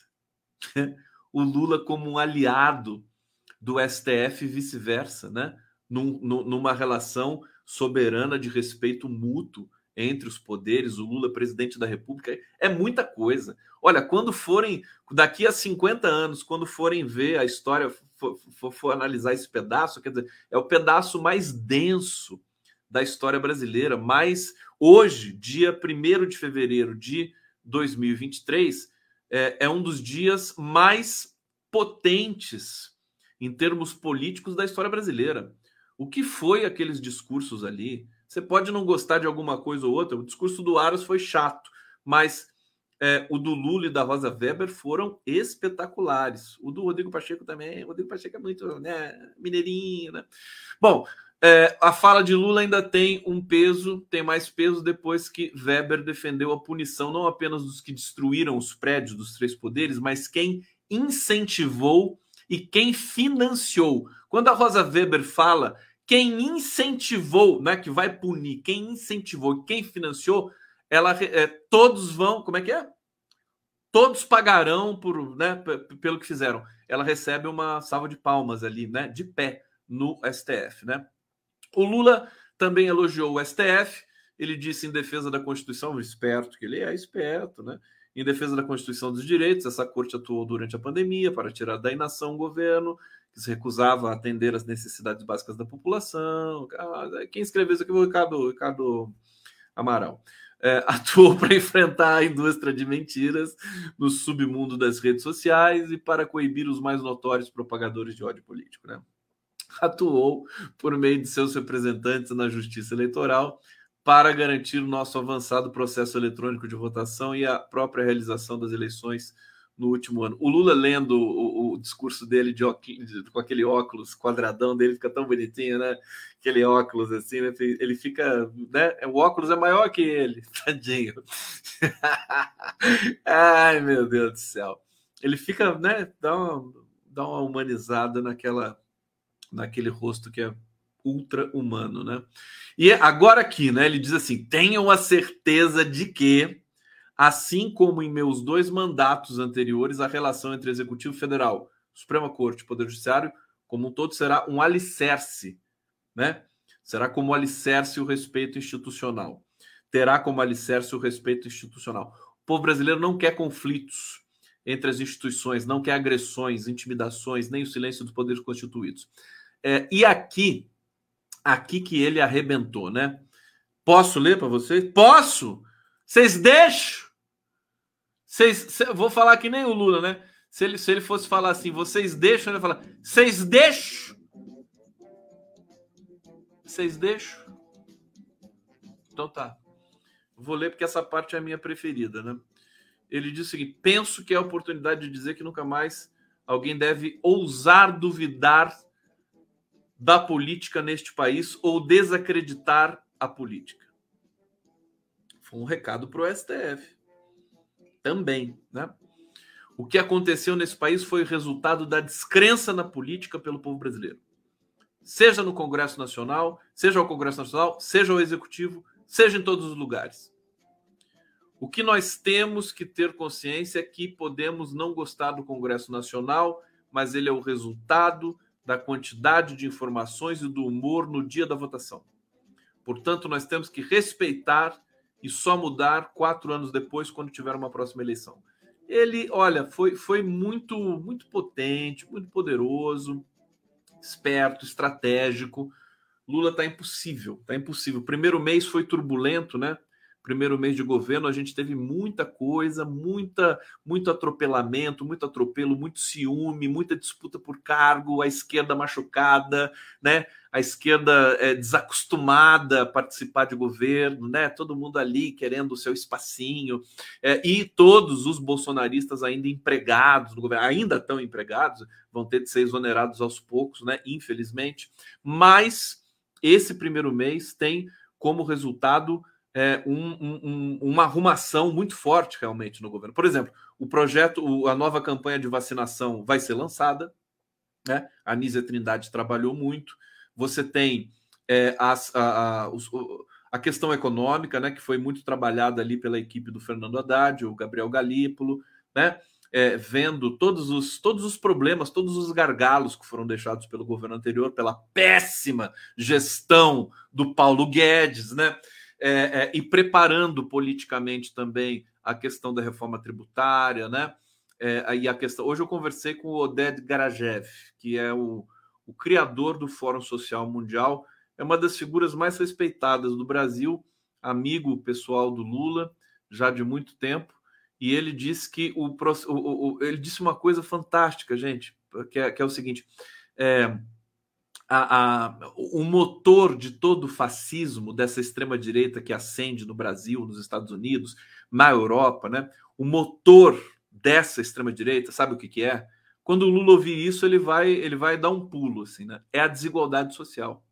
O Lula como um aliado do S T F e vice-versa, né? Num, numa relação soberana de respeito mútuo entre os poderes, o Lula presidente da República, é muita coisa. Olha, quando forem, daqui a cinquenta anos, quando forem ver a história, for, for, for analisar esse pedaço, quer dizer, é o pedaço mais denso da história brasileira, mas hoje, dia primeiro de fevereiro de dois mil e vinte e três, é, é um dos dias mais potentes em termos políticos da história brasileira. O que foi aqueles discursos ali? Você pode não gostar de alguma coisa ou outra, o discurso do Aras foi chato, mas é, o do Lula e da Rosa Weber foram espetaculares. O do Rodrigo Pacheco também. O Rodrigo Pacheco é muito, né, mineirinho, né? Bom, é, a fala de Lula ainda tem um peso, tem mais peso depois que Weber defendeu a punição não apenas dos que destruíram os prédios dos três poderes, mas quem incentivou e quem financiou. Quando a Rosa Weber fala quem incentivou, né, que vai punir, quem incentivou, quem financiou, ela, é, todos vão, como é que é? Todos pagarão por, né, p- pelo que fizeram. Ela recebe uma salva de palmas ali, né, de pé no S T F, né? O Lula também elogiou o S T F. Ele disse em defesa da Constituição, esperto que ele é, esperto, né? Em defesa da Constituição dos Direitos, essa corte atuou durante a pandemia para tirar da inação o governo, que se recusava a atender às necessidades básicas da população. Quem escreveu isso aqui foi o Ricardo, Ricardo Amaral. É, atuou para enfrentar a indústria de mentiras no submundo das redes sociais e para coibir os mais notórios propagadores de ódio político, né? Atuou por meio de seus representantes na Justiça Eleitoral para garantir o nosso avançado processo eletrônico de votação e a própria realização das eleições no último ano. O Lula lendo o, o discurso dele de óculos, com aquele óculos quadradão dele, fica tão bonitinho, né? Aquele óculos assim, né? Ele fica, né? O óculos é maior que ele, tadinho. Ai, meu Deus do céu. Ele fica, né? Dá uma, dá uma humanizada naquela, naquele rosto que é ultra-humano, né? E agora aqui, né? Ele diz assim: tenham a certeza de que, assim como em meus dois mandatos anteriores, a relação entre Executivo Federal, Suprema Corte e Poder Judiciário, como um todo, será um alicerce, né? Será como alicerce o respeito institucional. Terá como alicerce o respeito institucional. O povo brasileiro não quer conflitos entre as instituições, não quer agressões, intimidações, nem o silêncio dos poderes constituídos. É, e aqui, aqui que ele arrebentou, né? Posso ler para vocês? Posso! Vocês deixam? Vocês, cê, vou falar que nem o Lula, né? Se ele, se ele fosse falar assim, vocês deixam, ele ia falar, vocês deixam? Vocês deixam? Então tá. Vou ler porque essa parte é a minha preferida, né? Ele diz o seguinte: penso que é a oportunidade de dizer que nunca mais alguém deve ousar duvidar da política neste país ou desacreditar a política. Foi um recado para o S T F. Também, né? O que aconteceu nesse país foi o resultado da descrença na política pelo povo brasileiro. Seja no Congresso Nacional, seja o Congresso Nacional, seja o Executivo, seja em todos os lugares. O que nós temos que ter consciência é que podemos não gostar do Congresso Nacional, mas ele é o resultado da quantidade de informações e do humor no dia da votação. Portanto, nós temos que respeitar e só mudar quatro anos depois, quando tiver uma próxima eleição. Ele, olha, foi, foi muito, muito potente, muito poderoso, esperto, estratégico. Lula está impossível, está impossível. O primeiro mês foi turbulento, né? Primeiro mês de governo, a gente teve muita coisa, muita, muito atropelamento, muito atropelo, muito ciúme, muita disputa por cargo, a esquerda machucada, né? A esquerda é, desacostumada a participar de governo, né? Todo mundo ali querendo o seu espacinho, é, e todos os bolsonaristas ainda empregados no governo, ainda estão empregados, vão ter de ser exonerados aos poucos, né? Infelizmente. Mas esse primeiro mês tem como resultado É, um, um, uma arrumação muito forte realmente no governo. Por exemplo, o projeto, a nova campanha de vacinação vai ser lançada, né? A Nízia Trindade trabalhou muito. Você tem é, as, a, a, os, a questão econômica, né? Que foi muito trabalhada ali pela equipe do Fernando Haddad, o Gabriel Galípolo, né? É, vendo todos os, todos os problemas, todos os gargalos que foram deixados pelo governo anterior, pela péssima gestão do Paulo Guedes, né? É, é, e preparando politicamente também a questão da reforma tributária, né? É, aí a questão. Hoje eu conversei com o Oded Garajev, que é o, o criador do Fórum Social Mundial, é uma das figuras mais respeitadas do Brasil, amigo pessoal do Lula, já de muito tempo, e ele disse que o, o, o ele disse uma coisa fantástica, gente, que é, que é o seguinte. É, A, a, o motor de todo o fascismo, dessa extrema-direita que ascende no Brasil, nos Estados Unidos, na Europa, né? O motor dessa extrema-direita, sabe o que, que é? Quando o Lula ouvir isso, ele vai, ele vai dar um pulo, assim, né? É a desigualdade social.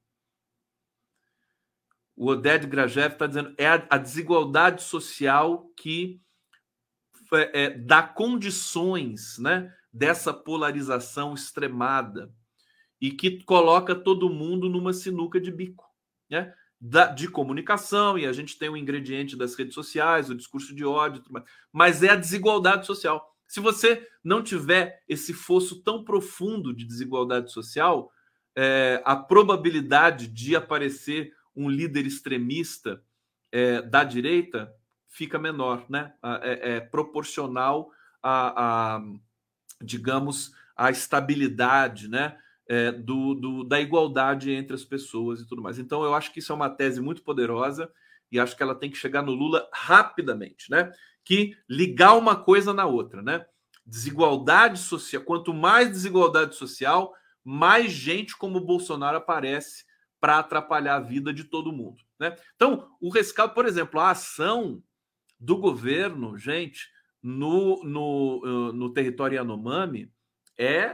O Oded Grajew está dizendo é a, a desigualdade social que é, é, dá condições, né, dessa polarização extremada, e que coloca todo mundo numa sinuca de bico, né? Da, de comunicação, e a gente tem o ingrediente das redes sociais, o discurso de ódio, mas é a desigualdade social. Se você não tiver esse fosso tão profundo de desigualdade social, é, a probabilidade de aparecer um líder extremista é, da direita fica menor, né? É, é proporcional a, a, digamos, a estabilidade, né? É, do, do, da igualdade entre as pessoas e tudo mais. Então, eu acho que isso é uma tese muito poderosa e acho que ela tem que chegar no Lula rapidamente, né? Que ligar uma coisa na outra, né? Desigualdade social. Quanto mais desigualdade social, mais gente como o Bolsonaro aparece para atrapalhar a vida de todo mundo, né? Então, o rescaldo, por exemplo, a ação do governo, gente, no, no, no território Yanomami é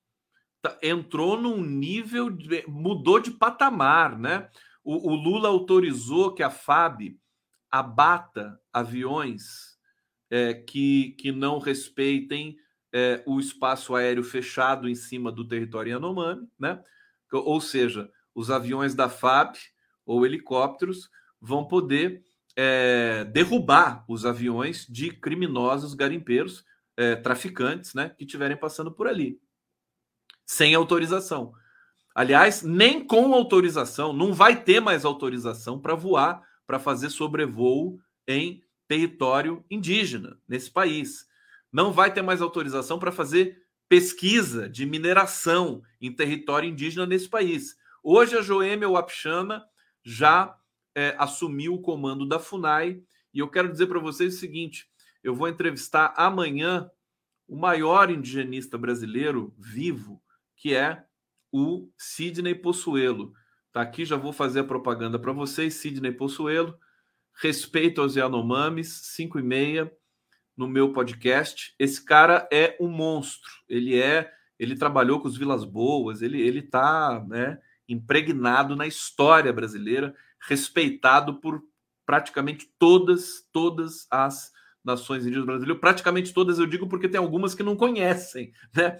entrou num nível, de, mudou de patamar, né? O, o Lula autorizou que a F A B abata aviões é, que, que não respeitem é, o espaço aéreo fechado em cima do território Yanomami, né? Ou seja, os aviões da F A B ou helicópteros vão poder é, derrubar os aviões de criminosos garimpeiros, é, traficantes, né? Que estiverem passando por ali. Sem autorização. Aliás, nem com autorização, não vai ter mais autorização para voar, para fazer sobrevoo em território indígena nesse país. Não vai ter mais autorização para fazer pesquisa de mineração em território indígena nesse país. Hoje a Joêmia Wapichana já é, assumiu o comando da FUNAI, e eu quero dizer para vocês o seguinte: eu vou entrevistar amanhã o maior indigenista brasileiro vivo, que é o Sidney Possuelo. Tá aqui, já vou fazer a propaganda para vocês. Sidney Possuelo, Respeito aos Yanomamis, cinco e meia, no meu podcast. Esse cara é um monstro. Ele é, ele trabalhou com os Vilas Boas, ele ele tá, né, impregnado na história brasileira, respeitado por praticamente todas, todas as nações indígenas brasileiras, praticamente todas, eu digo porque tem algumas que não conhecem, né?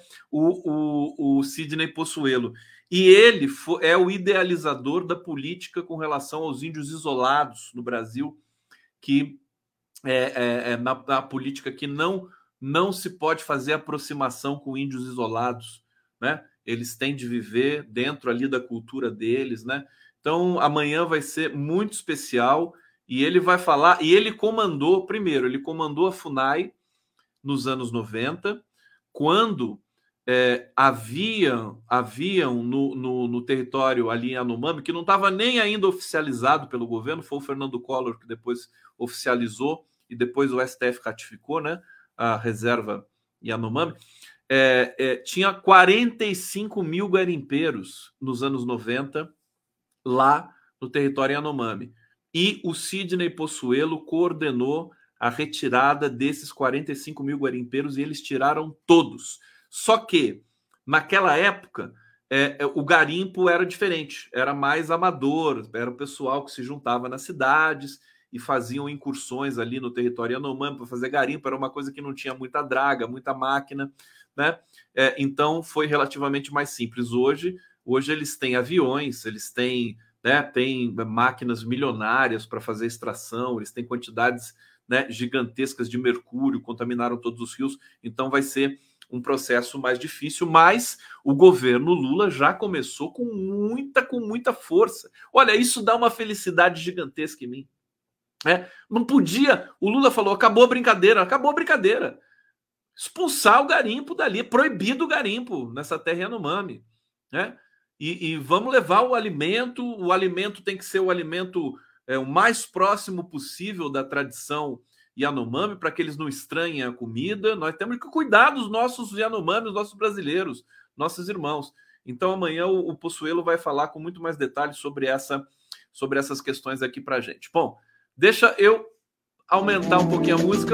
O, o, o Sidney Possuelo. E ele foi, é o idealizador da política com relação aos índios isolados no Brasil, que é, é, é na, na política que não, não se pode fazer aproximação com índios isolados, né? Eles têm de viver dentro ali da cultura deles, né? Então, amanhã vai ser muito especial. E ele vai falar, e ele comandou, primeiro, ele comandou a FUNAI nos anos noventa, quando é, haviam, haviam no, no, no território ali em Yanomami, que não estava nem ainda oficializado pelo governo, foi o Fernando Collor que depois oficializou, e depois o S T F ratificou, né, a reserva Yanomami, é, é, tinha quarenta e cinco mil garimpeiros nos anos noventa, lá no território Yanomami. E o Sidney Possuelo coordenou a retirada desses quarenta e cinco mil garimpeiros e eles tiraram todos. Só que, naquela época, é, é, o garimpo era diferente, era mais amador, era o pessoal que se juntava nas cidades e faziam incursões ali no território Yanomami para fazer garimpo, era uma coisa que não tinha muita draga, muita máquina, né? É, então, foi relativamente mais simples. Hoje, hoje eles têm aviões, eles têm... Né, tem máquinas milionárias para fazer extração, eles têm quantidades, né, gigantescas de mercúrio, contaminaram todos os rios, então vai ser um processo mais difícil, mas o governo Lula já começou com muita, com muita força. Olha, isso dá uma felicidade gigantesca em mim. É, não podia, o Lula falou, acabou a brincadeira, acabou a brincadeira. Expulsar o garimpo dali, é proibido o garimpo nessa terra Yanomami, né? E, e vamos levar o alimento, o alimento tem que ser o alimento é, o mais próximo possível da tradição Yanomami, para que eles não estranhem a comida. Nós temos que cuidar dos nossos Yanomami, dos nossos brasileiros, nossos irmãos. Então amanhã o, o Possuelo vai falar com muito mais detalhes sobre, essa, sobre essas questões aqui para a gente. Bom, deixa eu aumentar um pouquinho a música,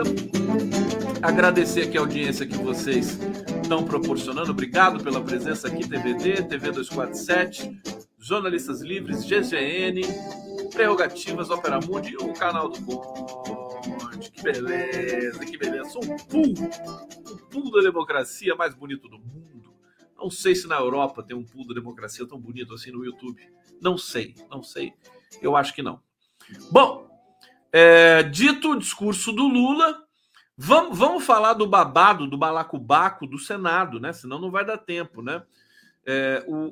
agradecer aqui a audiência que vocês estão proporcionando. Obrigado pela presença aqui, T V D, T V duzentos e quarenta e sete, Jornalistas Livres, G G N, Prerrogativas, Opera Mundi e o canal do Conde. Que beleza, que beleza. Um pool, um pool da democracia mais bonito do mundo. Não sei se na Europa tem um pool da democracia tão bonito assim no YouTube. Não sei, não sei. Eu acho que não. Bom, é, dito o discurso do Lula, Vamos, vamos falar do babado, do balacobaco do Senado, né? Senão não vai dar tempo, né? É, o,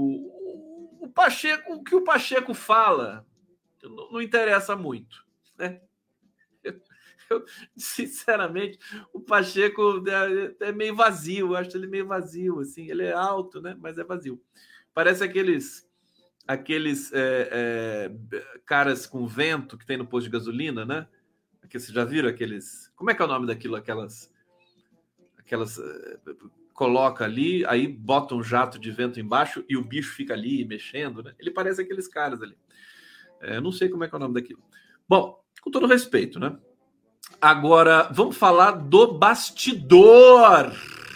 o, o Pacheco, o que o Pacheco fala não, não interessa muito, né? Eu, eu, sinceramente, o Pacheco é, é meio vazio, eu acho ele meio vazio, assim. Ele é alto, né? Mas é vazio. Parece aqueles, aqueles é, é, caras com vento que tem no posto de gasolina, né? Que vocês já viram aqueles... Como é que é o nome daquilo? Aquelas... Aquelas... Uh, coloca ali, aí bota um jato de vento embaixo e o bicho fica ali mexendo, né? Ele parece aqueles caras ali. É, não sei como é que é o nome daquilo. Bom, com todo respeito, né? Agora, vamos falar do bastidor.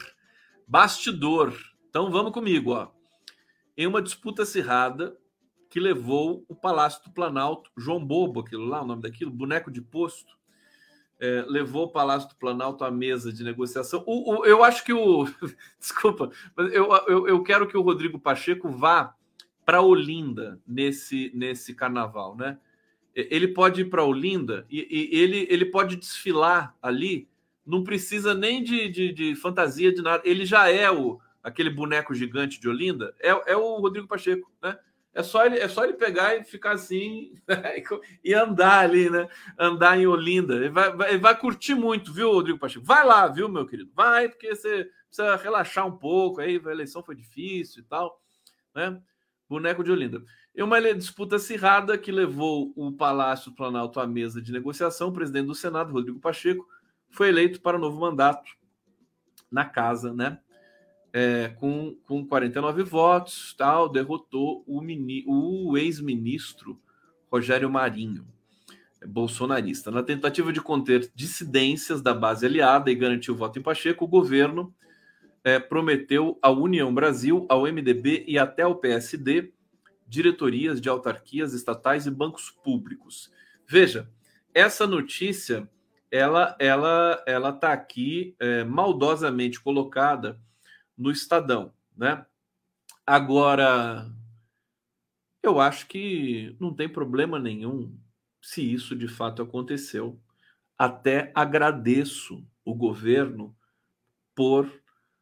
Bastidor. Então, vamos comigo, ó. Em uma disputa acirrada que levou o Palácio do Planalto, João Bobo, aquilo lá, o nome daquilo, boneco de posto, É, levou o Palácio do Planalto à mesa de negociação. O, o, eu acho que o... Desculpa, mas eu, eu, eu quero que o Rodrigo Pacheco vá para Olinda nesse, nesse carnaval, né? Ele pode ir para Olinda e, e ele, ele pode desfilar ali, não precisa nem de, de, de fantasia, de nada. Ele já é o, aquele boneco gigante de Olinda, é, é o Rodrigo Pacheco, né? É só, ele, é só ele pegar e ficar assim, né? E andar ali, né? Andar em Olinda. Ele vai, vai, ele vai curtir muito, viu, Rodrigo Pacheco? Vai lá, viu, meu querido? Vai, porque você precisa relaxar um pouco. Aí a eleição foi difícil e tal, né? Boneco de Olinda. E uma disputa acirrada que levou o Palácio do Planalto à mesa de negociação. O presidente do Senado, Rodrigo Pacheco, foi eleito para novo mandato na casa, né? É, com, com quarenta e nove votos, tal, derrotou o, mini, o ex-ministro Rogério Marinho, bolsonarista. Na tentativa de conter dissidências da base aliada e garantir o voto em Pacheco, o governo é, prometeu à União Brasil, ao M D B e até ao P S D diretorias de autarquias estatais e bancos públicos. Veja, essa notícia ela ela ela está aqui é, maldosamente colocada no Estadão, né? Agora, eu acho que não tem problema nenhum se isso de fato aconteceu. Até agradeço o governo por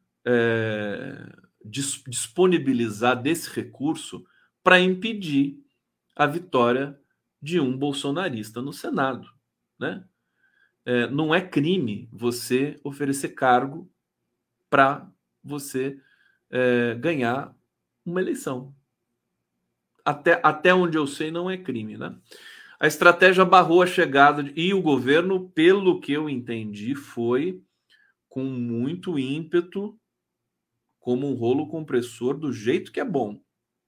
é, dis- disponibilizar desse recurso para impedir a vitória de um bolsonarista no Senado, né? É, não é crime você oferecer cargo para você é, ganhar uma eleição. Até, até onde eu sei, não é crime, né? A estratégia barrou a chegada de, e o governo, pelo que eu entendi, foi com muito ímpeto, como um rolo compressor, do jeito que é bom,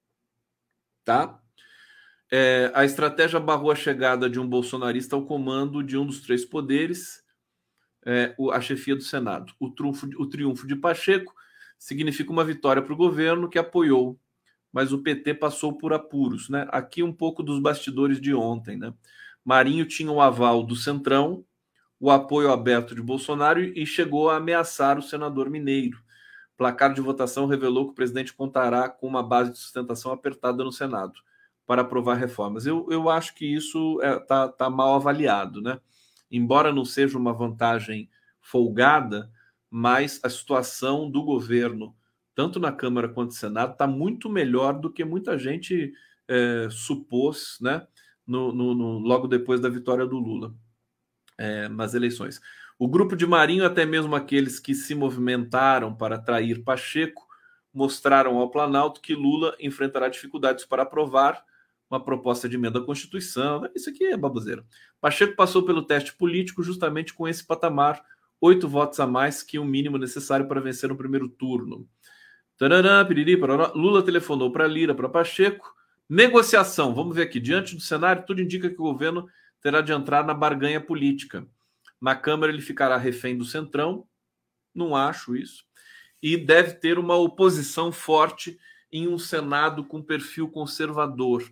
tá? É, a estratégia barrou a chegada de um bolsonarista ao comando de um dos três poderes, é, a chefia do Senado. O triunfo, o triunfo de Pacheco significa uma vitória para o governo que apoiou, mas o P T passou por apuros, né? Aqui um pouco dos bastidores de ontem, né? Marinho tinha o aval do Centrão, o apoio aberto de Bolsonaro e chegou a ameaçar o senador Mineiro. O placar de votação revelou que o presidente contará com uma base de sustentação apertada no Senado para aprovar reformas. Eu, eu acho que isso está é, tá, tá mal avaliado, né? Embora não seja uma vantagem folgada, mas a situação do governo, tanto na Câmara quanto no Senado, está muito melhor do que muita gente é, supôs, né? No, no, no, logo depois da vitória do Lula é, nas eleições. O grupo de Marinho, até mesmo aqueles que se movimentaram para trair Pacheco, mostraram ao Planalto que Lula enfrentará dificuldades para aprovar uma proposta de emenda à Constituição. Isso aqui é baboseira. Pacheco passou pelo teste político justamente com esse patamar, oito votos a mais que o mínimo necessário para vencer no primeiro turno. Tarará, piriri, parará. Lula telefonou para Lira, para Pacheco. Negociação, vamos ver aqui. Diante do cenário, tudo indica que o governo terá de entrar na barganha política. Na Câmara ele ficará refém do Centrão, não acho isso, e deve ter uma oposição forte em um Senado com perfil conservador.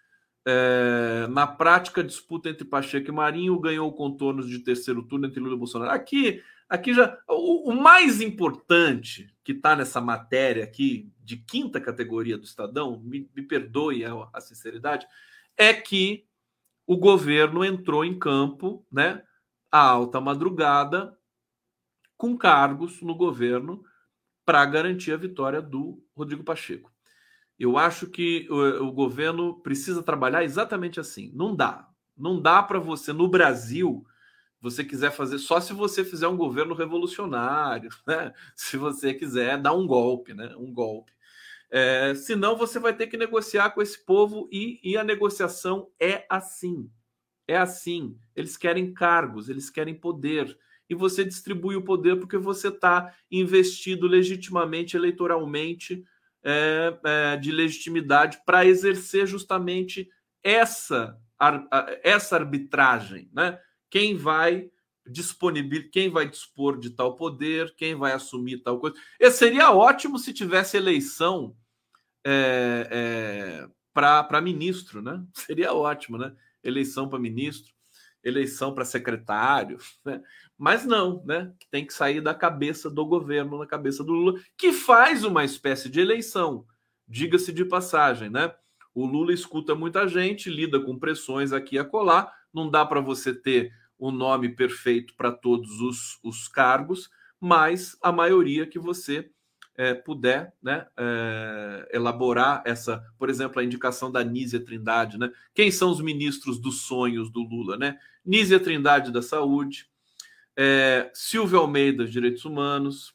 É, na prática, a disputa entre Pacheco e Marinho ganhou contornos de terceiro turno entre Lula e Bolsonaro. Aqui, aqui já o, o mais importante que está nessa matéria aqui de quinta categoria do Estadão, me, me perdoe a, a sinceridade, é que o governo entrou em campo, né, à alta madrugada, com cargos no governo para garantir a vitória do Rodrigo Pacheco. Eu acho que o, o governo precisa trabalhar exatamente assim. Não dá. Não dá para você, no Brasil, você quiser fazer, só se você fizer um governo revolucionário, né? Se você quiser dar um golpe, né? Um golpe. É, senão você vai ter que negociar com esse povo e, e a negociação é assim. É assim. Eles querem cargos, eles querem poder. E você distribui o poder porque você está investido legitimamente, eleitoralmente, é, é, de legitimidade para exercer justamente essa, essa arbitragem, né? Quem vai disponibilizar, quem vai dispor de tal poder, quem vai assumir tal coisa. E seria ótimo se tivesse eleição é, é, para ministro, né? Seria ótimo, né? Eleição para ministro, eleição para secretário, né? Mas não, né? Tem que sair da cabeça do governo, na cabeça do Lula, que faz uma espécie de eleição, diga-se de passagem, né? O Lula escuta muita gente, lida com pressões aqui e acolá, não dá para você ter o nome perfeito para todos os, os cargos, mas a maioria que você é, puder, né, é, elaborar essa, por exemplo, a indicação da Nízia Trindade, né? Quem são os ministros dos sonhos do Lula, né? Nízia Trindade da Saúde, é, Silvio Almeida, Direitos Humanos,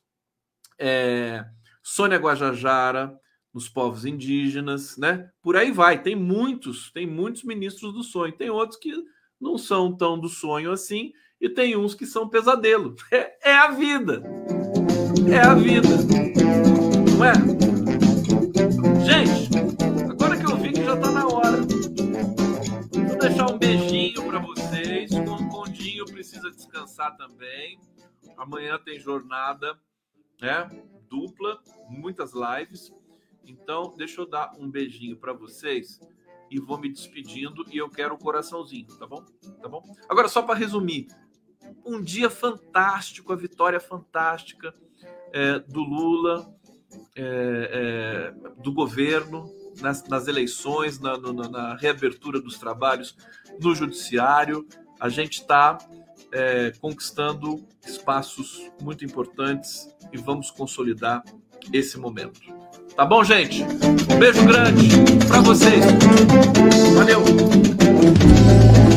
é, Sônia Guajajara, nos povos indígenas, né? Por aí vai. Tem muitos, tem muitos ministros do sonho. Tem outros que não são tão do sonho assim e tem uns que são pesadelo. É, é a vida. É a vida. Não é? Gente, agora que eu vi que já está na hora, vou deixar um beijinho para vocês. O Condinho precisa descansar também. Amanhã tem jornada, né, dupla, muitas lives. Então, deixa eu dar um beijinho para vocês e vou me despedindo. E eu quero o coraçãozinho, tá bom? Tá bom? Agora, só para resumir, um dia fantástico, a vitória fantástica é, do Lula, é, é, do governo, nas, nas eleições, na, no, na reabertura dos trabalhos no judiciário. A gente está é, conquistando espaços muito importantes e vamos consolidar esse momento. Tá bom, gente? Um beijo grande para vocês. Valeu!